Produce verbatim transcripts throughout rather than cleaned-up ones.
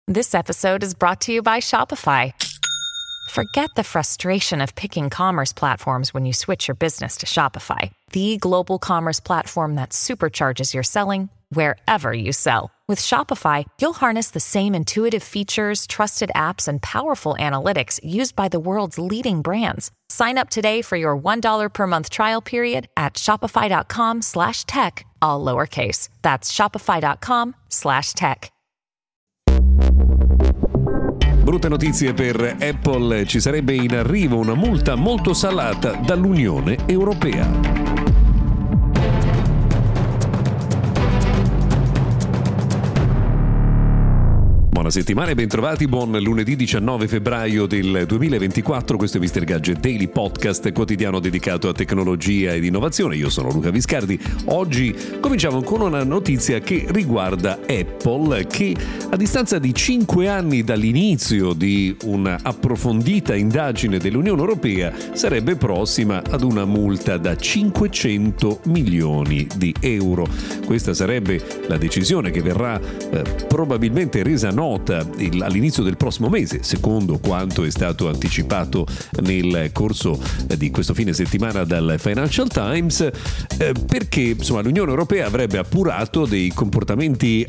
This episode is brought to you by Shopify. Forget the frustration of picking commerce platforms when you switch your business to Shopify, the global commerce platform that supercharges your selling wherever you sell. With Shopify, you'll harness the same intuitive features, trusted apps, and powerful analytics used by the world's leading brands. Sign up today for your one dollar per month trial period at shopify.com slash tech, all lowercase. That's shopify.com slash tech. Brutte notizie per Apple, ci sarebbe in arrivo una multa molto salata dall'Unione Europea. Buona settimana e bentrovati, buon lunedì diciannove febbraio del duemilaventiquattro, questo è mister Gadget Daily Podcast quotidiano dedicato a tecnologia ed innovazione. Io sono Luca Viscardi. Oggi cominciamo con una notizia che riguarda Apple, che a distanza di cinque anni dall'inizio di un'approfondita indagine dell'Unione Europea sarebbe prossima ad una multa da cinquecento milioni di euro. Questa sarebbe la decisione che verrà eh, probabilmente resa nota all'inizio del prossimo mese, secondo quanto è stato anticipato nel corso di questo fine settimana dal Financial Times, eh, perché insomma l'Unione Europea avrebbe appurato dei comportamenti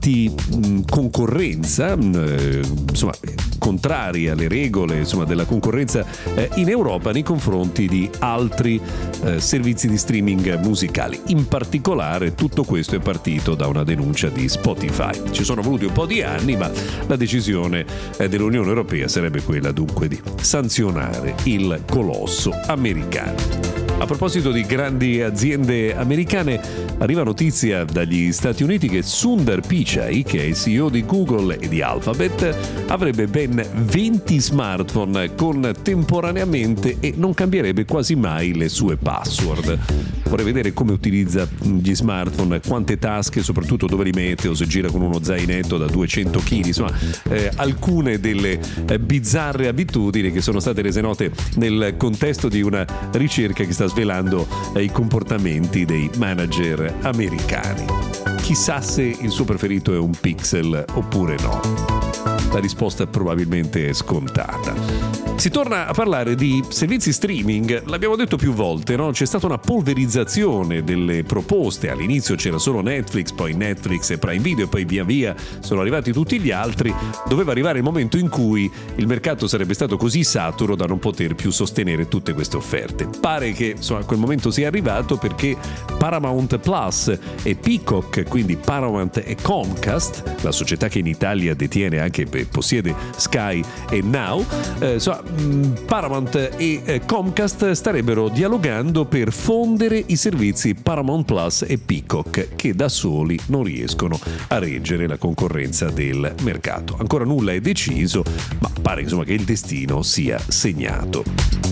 anti-concorrenza, eh, insomma contrari alle regole insomma della concorrenza eh, in Europa nei confronti di altri eh, servizi di streaming musicali. In particolare tutto questo è partito da una denuncia di Spotify. Ci sono voluti un po' di anni, ma la decisione dell'Unione Europea sarebbe quella dunque di sanzionare il colosso americano. A proposito di grandi aziende americane, arriva notizia dagli Stati Uniti che Sundar Pichai, che è il C E O di Google e di Alphabet, avrebbe ben venti smartphone contemporaneamente e non cambierebbe quasi mai le sue password. Vorrei vedere come utilizza gli smartphone, quante tasche, soprattutto dove li mette, o se gira con uno zainetto da duecento chili, insomma eh, alcune delle eh, bizzarre abitudini che sono state rese note nel contesto di una ricerca che sta svelando i comportamenti dei manager americani. Chissà se il suo preferito è un Pixel oppure no. La risposta probabilmente è scontata. Si torna a parlare di servizi streaming, l'abbiamo detto più volte, no? C'è stata una polverizzazione delle proposte. All'inizio c'era solo Netflix, poi Netflix e Prime Video, e poi via via sono arrivati tutti gli altri. Doveva arrivare il momento in cui il mercato sarebbe stato così saturo da non poter più sostenere tutte queste offerte. Pare che insomma quel momento sia arrivato, perché Paramount Plus e Peacock, quindi Paramount e Comcast, la società che in Italia detiene anche, possiede Sky e Now, eh, insomma Paramount e eh, Comcast starebbero dialogando per fondere i servizi Paramount Plus e Peacock, che da soli non riescono a reggere la concorrenza del mercato. Ancora nulla è deciso, ma pare insomma che il destino sia segnato.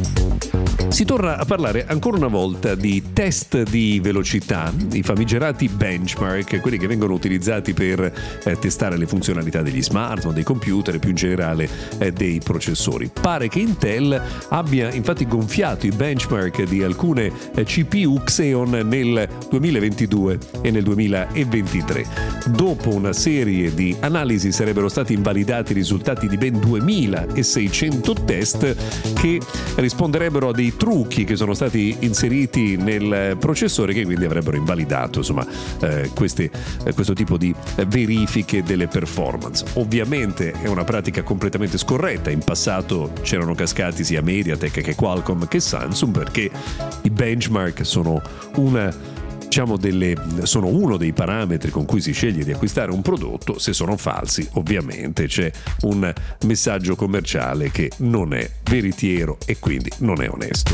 Si torna a parlare ancora una volta di test di velocità, i famigerati benchmark, quelli che vengono utilizzati per eh, testare le funzionalità degli smartphone, dei computer e più in generale eh, dei processori. Pare che Intel abbia infatti gonfiato i benchmark di alcune eh, C P U Xeon nel duemilaventidue e nel duemilaventitré. Dopo una serie di analisi sarebbero stati invalidati i risultati di ben duemilaseicento test che risponderebbero a dei trucchi che sono stati inseriti nel processore, che quindi avrebbero invalidato insomma eh, queste, eh, questo tipo di verifiche delle performance. Ovviamente è una pratica completamente scorretta. In passato c'erano cascati sia MediaTek che Qualcomm che Samsung, perché i benchmark sono una diciamo delle, sono uno dei parametri con cui si sceglie di acquistare un prodotto. Se sono falsi, ovviamente c'è un messaggio commerciale che non è veritiero e quindi non è onesto.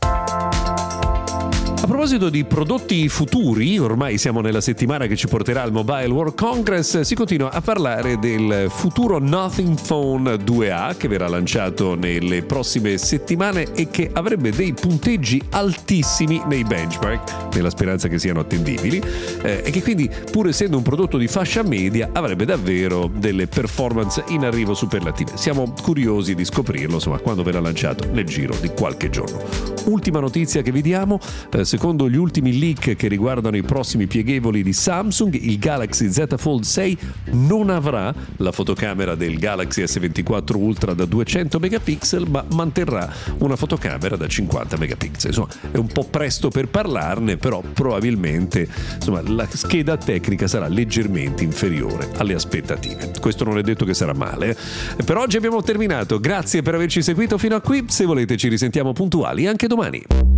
A proposito di prodotti futuri, ormai siamo nella settimana che ci porterà al Mobile World Congress, si continua a parlare del futuro Nothing Phone due A che verrà lanciato nelle prossime settimane e che avrebbe dei punteggi altissimi nei benchmark, nella speranza che siano attendibili, eh, e che quindi, pur essendo un prodotto di fascia media, avrebbe davvero delle performance in arrivo superlative. Siamo curiosi di scoprirlo, insomma, quando verrà lanciato nel giro di qualche giorno. Ultima notizia che vi diamo, eh, secondo gli ultimi leak che riguardano i prossimi pieghevoli di Samsung, il Galaxy Z Fold sei non avrà la fotocamera del Galaxy S ventiquattro Ultra da duecento megapixel, ma manterrà una fotocamera da cinquanta megapixel. Insomma, è un po' presto per parlarne, però probabilmente insomma, la scheda tecnica sarà leggermente inferiore alle aspettative. Questo non è detto che sarà male. Per oggi abbiamo terminato. Grazie per averci seguito fino a qui. Se volete ci risentiamo puntuali anche domani.